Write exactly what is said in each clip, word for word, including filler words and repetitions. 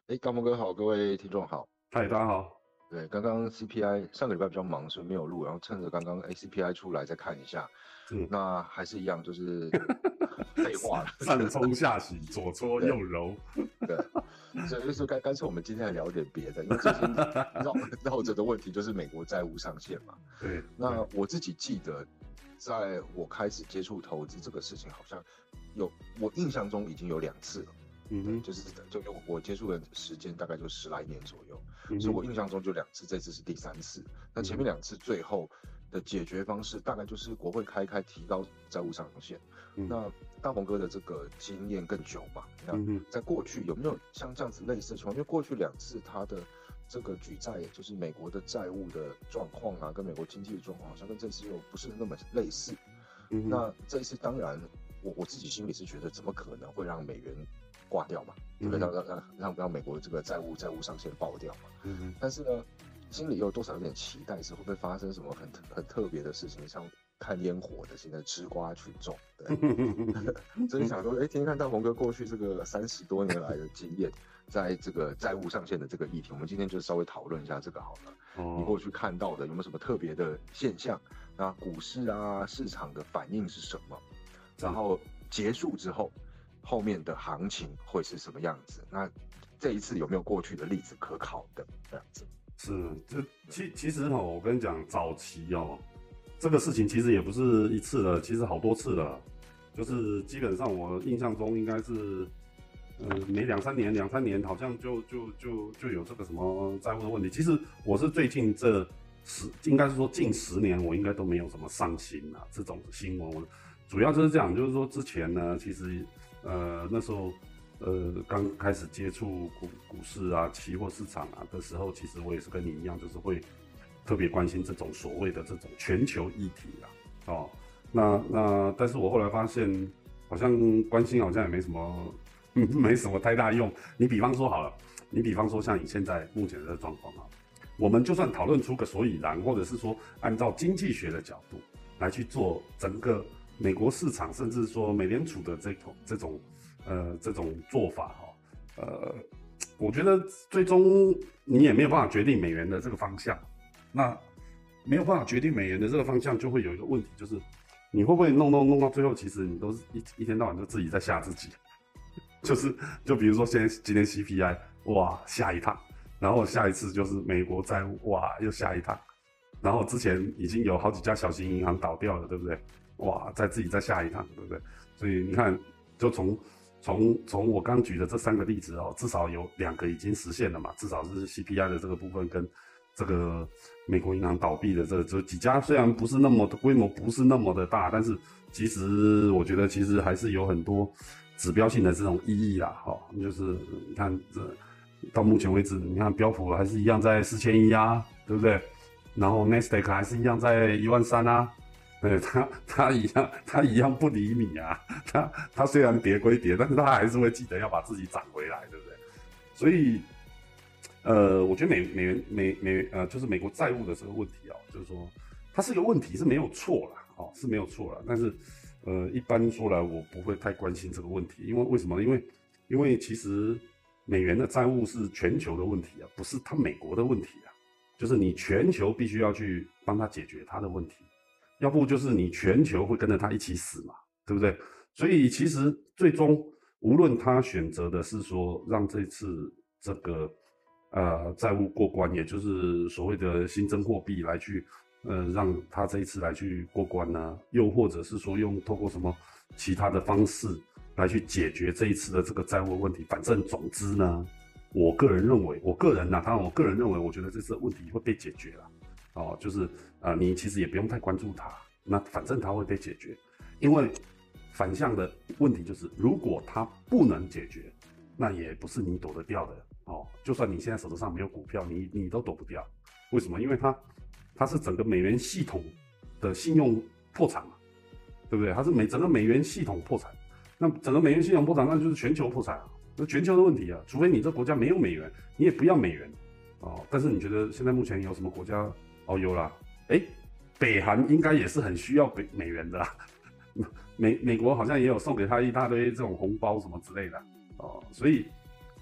哎，高峰哥好，各位听众好。 嗨，大家好。 对，刚刚 C P I 上个礼拜比较忙，所以没有录，然后趁着刚刚 A C P I 出来再看一下。 嗯， 那还是一样，就是废话了。 上冲下洗，左搓对右揉。 对，所以就是干干脆我们今天来聊点别的，因为最近绕绕着的问题就是美国债务上限嘛。 对那我自己记得，在我开始接触投资这个事情，好像有我印象中已经有两次了。对， 嗯哼， 就是就我接触的时间大概就十来年左右， 嗯哼， 所以我印象中就两次，这次是第三次。那嗯哼， 前面两次最后的解决方式大概就是国会开开提高债务上限。 嗯那大鹏哥的这个经验更久嘛？那嗯哼， 在过去有没有像这样子类似的情况？因为过去两次他的这个举债，就是美国的债务的状况啊，跟美国经济的状况好像跟这次又不是那么类似。 嗯哼， 那这一次当然我我自己心里是觉得，怎么可能会让美元挂掉嘛？对不对？ 嗯哼， 让让让让让美国这个债务债务上限爆掉嘛？ 嗯哼， 但是呢，心里又多少有点期待，是会不会发生什么很很特别的事情，像看烟火的，现在吃瓜群众，对。所以想说，哎，听听看大鹏哥过去这个三十多年来的经验，在这个债务上限的这个议题，我们今天就稍微讨论一下这个好了。你哦， 过去看到的有没有什么特别的现象？那股市啊，市场的反应是什么？然是后结束之后，后面的行情会是什么样子？那这一次有没有过去的例子可考的这样子？ 是，这其其实哈，我跟你讲，早期哦，这个事情其实也不是一次了，其实好多次了。就是基本上我印象中应该是，呃，每两三年、两三年好像就就就就有这个什么债务的问题。其实我是最近这十，应该是说近十年，我应该都没有什么上新啊这种新闻。我主要就是这样，就是说之前呢，其实呃那时候呃刚开始接触股股市啊、期货市场啊的时候，其实我也是跟你一样，就是会特别关心这种所谓的这种全球议题啦。哦，那那但是我后来发现，好像关心好像也没什么，没什么太大用。你比方说好了，你比方说像你现在目前的状况啊，我们就算讨论出个所以然，或者是说按照经济学的角度来去做整个美国市场，甚至说美联储的这种这种呃这种做法哈、哦，呃，我觉得最终你也没有办法决定美元的这个方向。那没有办法决定美元的这个方向，就会有一个问题，就是你会不会弄弄弄到最后，其实你都是一一天到晚就自己在吓自己。就是就比如说现在今天 C P I 哇下一趟，然后下一次就是美国债务哇又下一趟，然后之前已经有好几家小型银行倒掉了，对不对？哇，再自己再下一趟，对不对？所以你看，就从从从我刚举的这三个例子哦，至少有两个已经实现了嘛，至少是 C P I 的这个部分跟这个美国银行倒闭的这这几家，虽然不是那么的规模不是那么的大，但是其实我觉得其实还是有很多指标性的这种意义啦。哈、哦，就是你看这到目前为止，你看标普还是一样在四千一啊，对不对？然后 Nasdaq 还是一样在一万三啊。对，它它一样，它一样不理你啊。它它虽然跌归跌，但是它还是会记得要把自己涨回来，对不对？所以，呃，我觉得美美元美美呃，就是美国债务的这个问题哦，就是说它是个问题是没有错啦，哦是没有错啦。但是，呃，一般说来，我不会太关心这个问题，因为为什么？因为因为其实美元的债务是全球的问题啊，不是它美国的问题啊。就是你全球必须要去帮他解决他的问题，要不就是你全球会跟着他一起死嘛，对不对？所以其实最终，无论他选择的是说让这次这个呃债务过关，也就是所谓的新增货币来去呃让他这一次来去过关呢、啊，又或者是说用透过什么其他的方式来去解决这一次的这个债务问题，反正总之呢。我个人认为，我个人呐、啊，当然我个人认为，我觉得这次问题会被解决了，哦，就是呃，你其实也不用太关注它，那反正它会被解决，因为反向的问题就是，如果它不能解决，那也不是你躲得掉的，哦，就算你现在手头上没有股票，你你都躲不掉，为什么？因为它它是整个美元系统的信用破产嘛，对不对？它是美整个美元系统破产，那整个美元系统破产，那就是全球破产啊。那全球的问题啊，除非你这国家没有美元，你也不要美元哦。但是你觉得现在目前有什么国家？哦，有啦，哎，北韩应该也是很需要北美元的啦。美美国好像也有送给他一大堆这种红包什么之类的哦。所以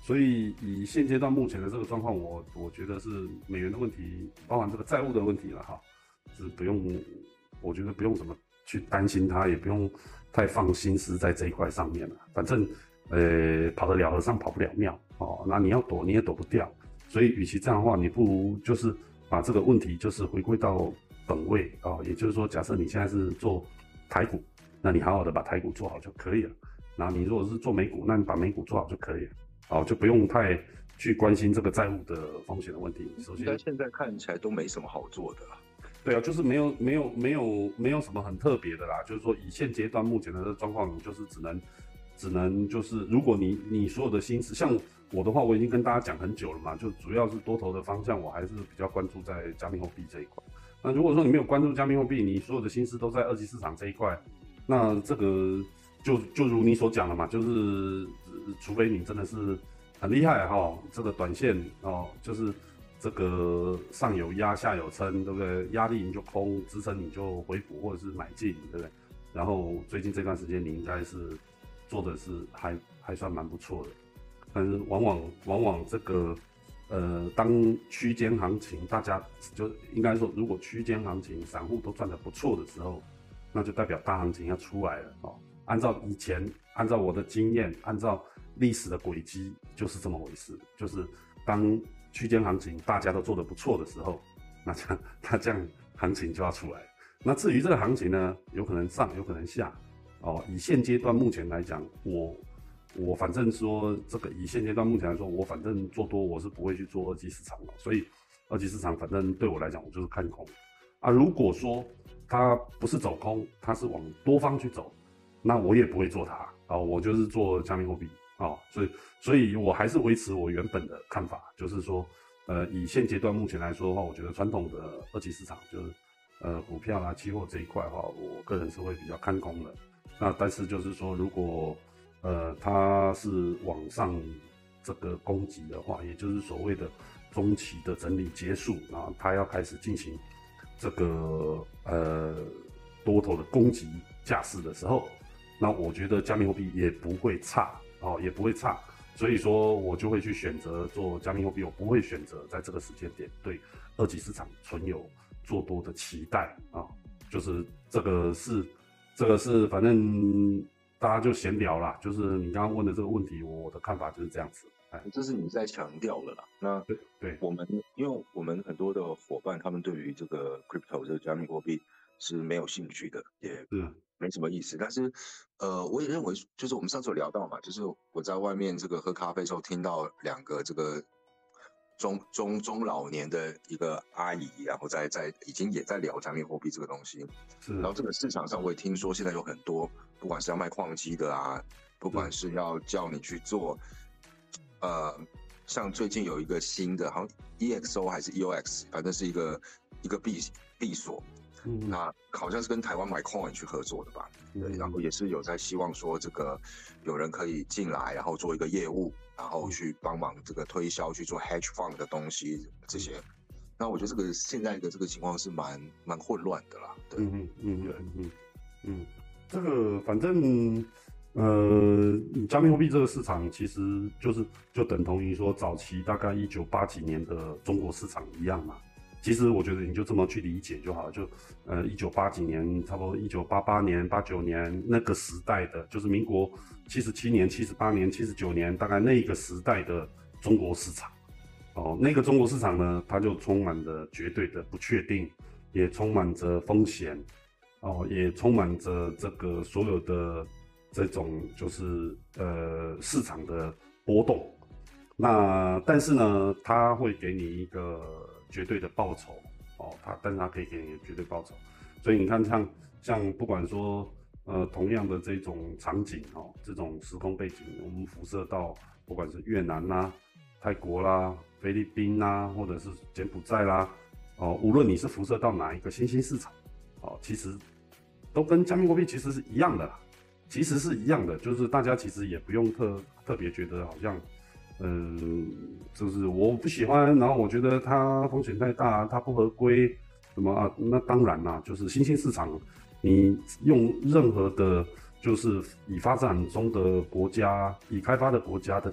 所以以现阶段目前的这个状况，我我觉得是美元的问题，包含这个债务的问题了哈，是不用，我觉得不用什么去担心它，也不用太放心思在这一块上面了。反正呃跑得了和尚跑不了庙哦，那你要躲你也躲不掉，所以与其这样的话，你不如就是把这个问题就是回归到本位哦，也就是说，假设你现在是做台股，那你好好的把台股做好就可以了。然后你如果是做美股，那你把美股做好就可以了。哦，就不用太去关心这个债务的风险的问题。首先， 应该现在看起来都没什么好做的啦。 对啊，就是没有没有没有没有什么很特别的啦。就是说，以现阶段目前的这个状况，你就是只能只能就是，如果你你所有的心思，像我的话，我已经跟大家讲很久了嘛，就主要是多头的方向，我还是比较关注在加密货币这一块。那如果说你没有关注加密货币，你所有的心思都在二级市场这一块，那这个就就如你所讲的嘛，就是除非你真的是很厉害哈、哦，这个短线哦，就是这个上有压下有撑，对不对？压力你就空，支撑你就回补或者是买进，对不对？然后最近这段时间你应该是做的是还还算蛮不错的，但是往往往往这个呃，当区间行情大家就应该说，如果区间行情散户都赚得不错的时候，那就代表大行情要出来了哦。按照以前，按照我的经验，按照历史的轨迹，就是这么回事。就是当区间行情大家都做得不错的时候，那这样那这样行情就要出来。那至于这个行情呢，有可能上，有可能下。哦，以现阶段目前来讲，我我反正说这个以现阶段目前来说，我反正做多我是不会去做二级市场的，所以二级市场反正对我来讲，我就是看空啊。如果说它不是走空，它是往多方去走，那我也不会做它啊、哦，我就是做加密货币啊、哦，所以所以我还是维持我原本的看法，就是说，呃，以现阶段目前来说的话，我觉得传统的二级市场就是呃股票啦、期货这一块的话，我个人是会比较看空的。那但是就是说，如果呃它是往上这个攻击的话，也就是所谓的中期的整理结束，然后它要开始进行这个呃多头的攻击架势的时候，那我觉得加密货币也不会差哦，也不会差，所以说我就会去选择做加密货币，我不会选择在这个时间点对二级市场存有做多的期待啊、哦，就是这个是这个是反正大家就闲聊啦，就是你刚刚问的这个问题，我的看法就是这样子。哎， 这是你在强调了啦。那对对， 我们因为我们很多的伙伴，他们对于这个 crypto 这个加密货币是没有兴趣的，也没什么意思。但是，呃，我也认为，就是我们上次有聊到嘛，就是我在外面这个喝咖啡的时候，听到两个这个中中中老年的一个阿姨，然后在在已经也在聊加密货币这个东西。 是。 然后这个市场上，我也听说现在有很多，不管是要卖矿机的啊，不管是要叫你去做，呃，像最近有一个新的，好像 E X O 还是 E O X， 反正是一个一个币币所。嗯，那好像是跟台湾买 coin 去合作的吧？对，嗯、然后也是有在希望说这个有人可以进来，然后做一个业务，然后去帮忙这个推销，去做 hedge fund 的东西这些。嗯、那我觉得这个现在的这个情况是蛮蛮混乱的啦。对， 嗯嗯对，嗯嗯，这个反正呃，加密货币这个市场其实就是就等同于说早期大概一九八几年的中国市场一样嘛。其实我觉得你就这么去理解就好了，就呃一九八几年，差不多一九八八年、八九年那个时代的，就是民国七十七年、七十八年、七十九年，大概那个时代的中国市场，哦，那个中国市场呢，它就充满着绝对的不确定，也充满着风险，哦，也充满着这个所有的这种就是呃市场的波动。那但是呢，它会给你一个绝对的报酬哦，它但是它可以给你绝对报酬，所以你看像像不管说呃同样的这种场景哦，这种时空背景，我们辐射到不管是越南啦、泰国啦、菲律宾啦，或者是柬埔寨啦，哦，无论你是辐射到哪一个新兴市场，哦，其实都跟加密货币其实是一样的啦，其实是一样的，就是大家其实也不用特特别觉得好像。嗯，就是我不喜欢，然后我觉得它风险太大，它不合规，什么啊？那当然啦，就是新兴市场，你用任何的，就是已发展中的国家、已开发的国家的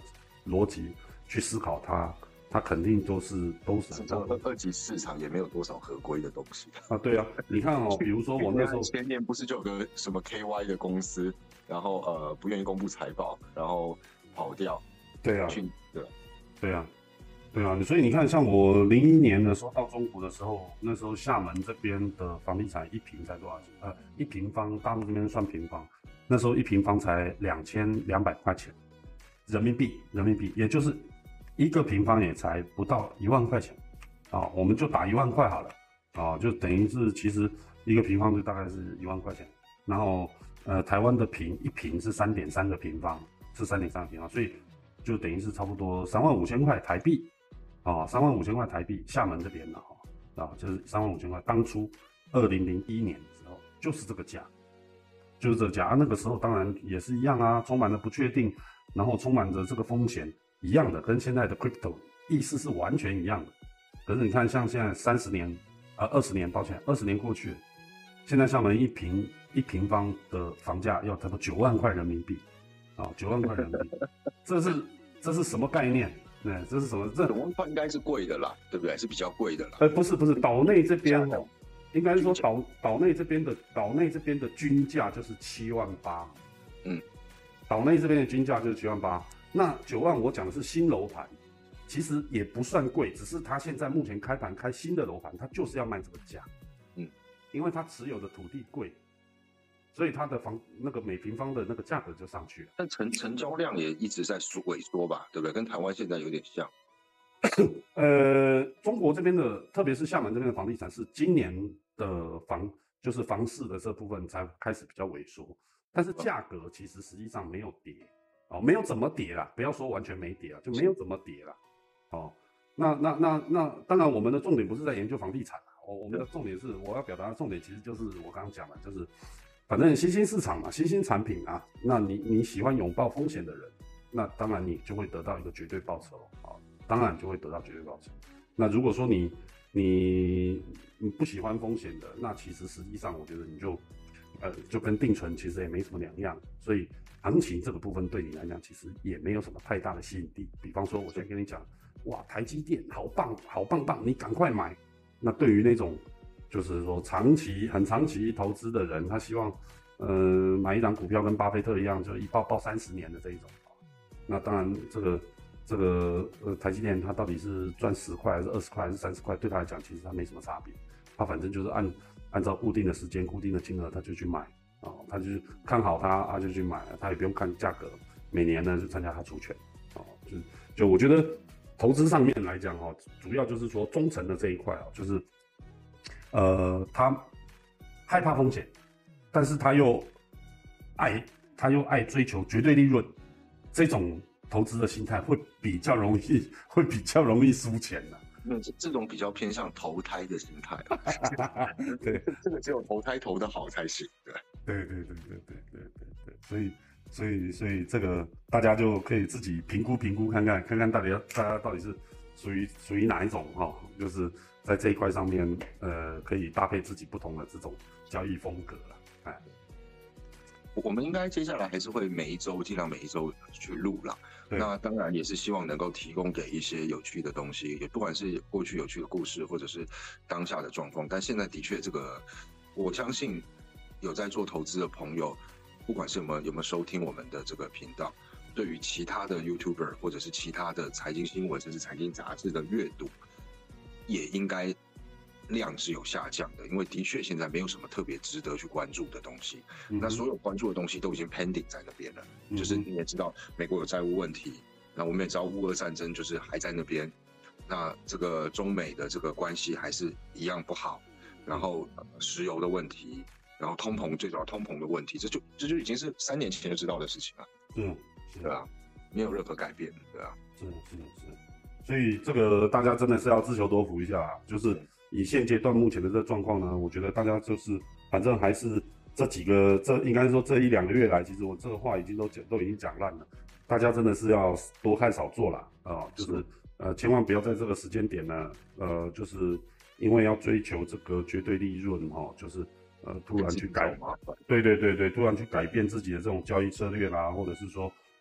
逻辑去思考它，它肯定都是都是这二二级市场也没有多少合规的东西啊。对啊，你看哦，比如说我那时候前年不是就有个什么 K Y 的公司，然后呃不愿意公布财报，然后跑掉。 对啊， 去对对啊。对啊，所以你看，像我零一年的时候到中国的时候，那时候厦门这边的房地产一平才多少钱？呃，一平方，大陆这边算平方，那时候一平方才两千两百块钱人民币，人民币，也就是一个平方也才不到一万块钱啊，我们就打一万块好了啊，就等于是其实一个平方就大概是一万块钱，然后呃，台湾的平一平是三点三个平方，是三点三个平方，所以就等于是差不多三万五千块台币。啊，三万五千块台币，厦门这边的哈，啊，就是三万五千块。当初二零零一年的时候就是这个价，就是这个价。啊，那个时候当然也是一样啊，充满了不确定，然后充满着这个风险，一样的，跟现在的 crypto 意思是完全一样的。可是你看，像现在三十年，呃，二十年，抱歉，二十年过去了，现在厦门一平一平方的房价要差不多九万块人民币，啊，九万块人民币，这是这是什么概念？对，这是什么？这九万块应该是贵的啦，对不对？是比较贵的啦。 呃，不是不是，岛内这边哦，应该是说岛岛内这边的岛内这边的均价就是七万八，嗯，岛内这边的均价就是七万八。那九万我讲的是新楼盘，其实也不算贵，只是它现在目前开盘开新的楼盘，它就是要卖这个价，嗯，因为它持有的土地贵。所以它的房那个每平方的那个价格就上去了， 但成成交量也一直在萎缩吧，对不对？跟台湾现在有点像。 呃，中国这边的，特别是厦门这边的房地产，是今年的房就是房市的这部分才开始比较萎缩，但是价格其实实际上没有跌，哦，没有怎么跌啦，不要说完全没跌啦，就没有怎么跌啦，哦，那那那那当然我们的重点不是在研究房地产啦，哦，我们的重点是我要表达的重点其实就是我刚刚讲的，就是。反正新兴市场嘛，新兴产品啊，那你你喜欢拥抱风险的人，那当然你就会得到一个绝对报酬啊，当然就会得到绝对报酬。那如果说你你你不喜欢风险的，那其实实际上我觉得你就呃就跟定存其实也没什么两样，所以行情这个部分对你来讲其实也没有什么太大的吸引力。比方说，我先跟你讲，哇，台积电好棒，好棒棒，你赶快买。那对于那种就是说长期很长期投资的人，他希望，呃，买一档股票跟巴菲特一样，就一抱抱三十年的这一种。那当然，这个这个呃台积电它到底是赚十块还是二十块还是三十块，对他来讲其实它没什么差别。他反正就是按按照固定的时间、固定的金额，他就去买啊、哦，他就是看好它，他就去买，他也不用看价格，每年呢就参加他除权啊、哦，就就我觉得投资上面来讲哈、哦，主要就是说中层的这一块啊、哦，就是。呃，他害怕风险，但是他又爱，他又爱追求绝对利润，这种投资的心态会比较容易，会比较容易输钱的。 那这这种比较偏向投胎的心态、啊，对，这个只有投胎投得好才行，对， 对对对对对对对对，所以所以所以这个大家就可以自己评估评估看看，看看到底要大家到底是属于属于哪一种哈、哦，就是。在这一块上面，呃，可以搭配自己不同的这种交易风格了。哎， 我们应该接下来还是会每一周尽量每一周去录啦。那当然也是希望能够提供给一些有趣的东西，也不管是过去有趣的故事，或者是当下的状况。但现在的确，这个我相信有在做投资的朋友，不管是有没有有没有收听我们的这个频道，对于其他的 YouTuber 或者是其他的财经新闻，甚至财经杂志的阅读。也应该量是有下降的，因为的确现在没有什么特别值得去关注的东西。嗯、那所有关注的东西都已经 pending 在那边了，嗯、就是你也知道美国有债务问题，那我们也知道乌俄战争就是还在那边，那这个中美的这个关系还是一样不好，然后、呃、石油的问题，然后通膨最主要通膨的问题，这就这就已经是三年前就知道的事情了。 嗯， 对啊，没有任何改变，对啊， 是是是。所以这个大家真的是要自求多福一下，就是以现阶段目前的这个状况呢，我觉得大家就是反正还是这几个，这应该说这一两个月来，其实我这个话已经都讲都已经讲烂了，大家真的是要多看少做啦啊、呃，就是呃千万不要在这个时间点呢，呃就是因为要追求这个绝对利润哈、哦，就是呃突然去改，对对对对，突然去改变自己的这种交易策略啦，或者是说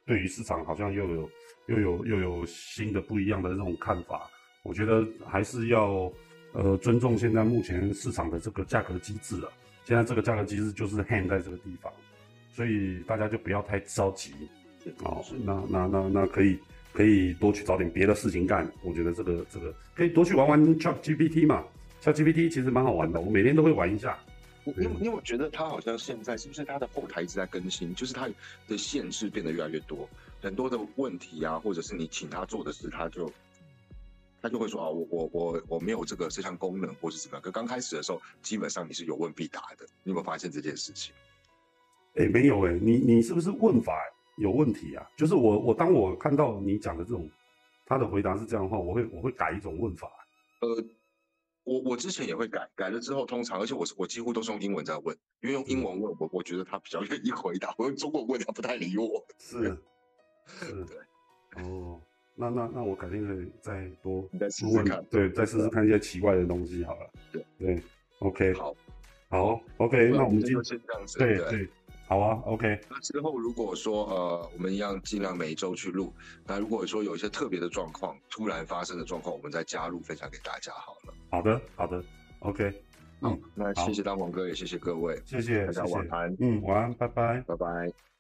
对于市场好像又有又有又有新的不一样的这种看法。我觉得还是要呃尊重现在目前市场的这个价格机制了。现在这个价格机制就是 hang 在这个地方，所以大家就不要太着急哦。那那那那可以可以多去找点别的事情干。我觉得这个这个可以多去玩玩 ChatGPT 嘛。ChatGPT 其实蛮好玩的，我每天都会玩一下。 因为因为我觉得它好像现在是不是它的后台一直在更新，就是它的限制变得越来越多，很多的问题啊，或者是你请他做的事，他就他就会说啊，我我我我没有这个这项功能，或是怎么样。可刚开始的时候，基本上你是有问必答的，你有没有发现这件事情？ 哎、欸，没有哎、欸，你你是不是问法有问题啊？就是我我当我看到你讲的这种，他的回答是这样的话，我会我会改一种问法。 呃。我我之前也会改，改了之后通常，而且我我几乎都是用英文在问，因为用英文问我，我觉得他比较愿意回答。我用中文问他不太理我。 是，是，对，哦，那那那我改天可以再多你再试试看， 对，再试试看一些奇怪的东西好了。 对对 ，OK， 好， 好 ，OK， 那我们今天就先这样子， 对对。好啊 ，OK。 那之后如果说呃，我们一样尽量每一周去录。那如果说有一些特别的状况，突然发生的状况，我们再加入分享给大家好了。 好的，好的 ，OK。 好，嗯，那谢谢大鹏哥，也谢谢各位， 谢谢， 大家晚安。 嗯，晚安，拜拜， 拜拜。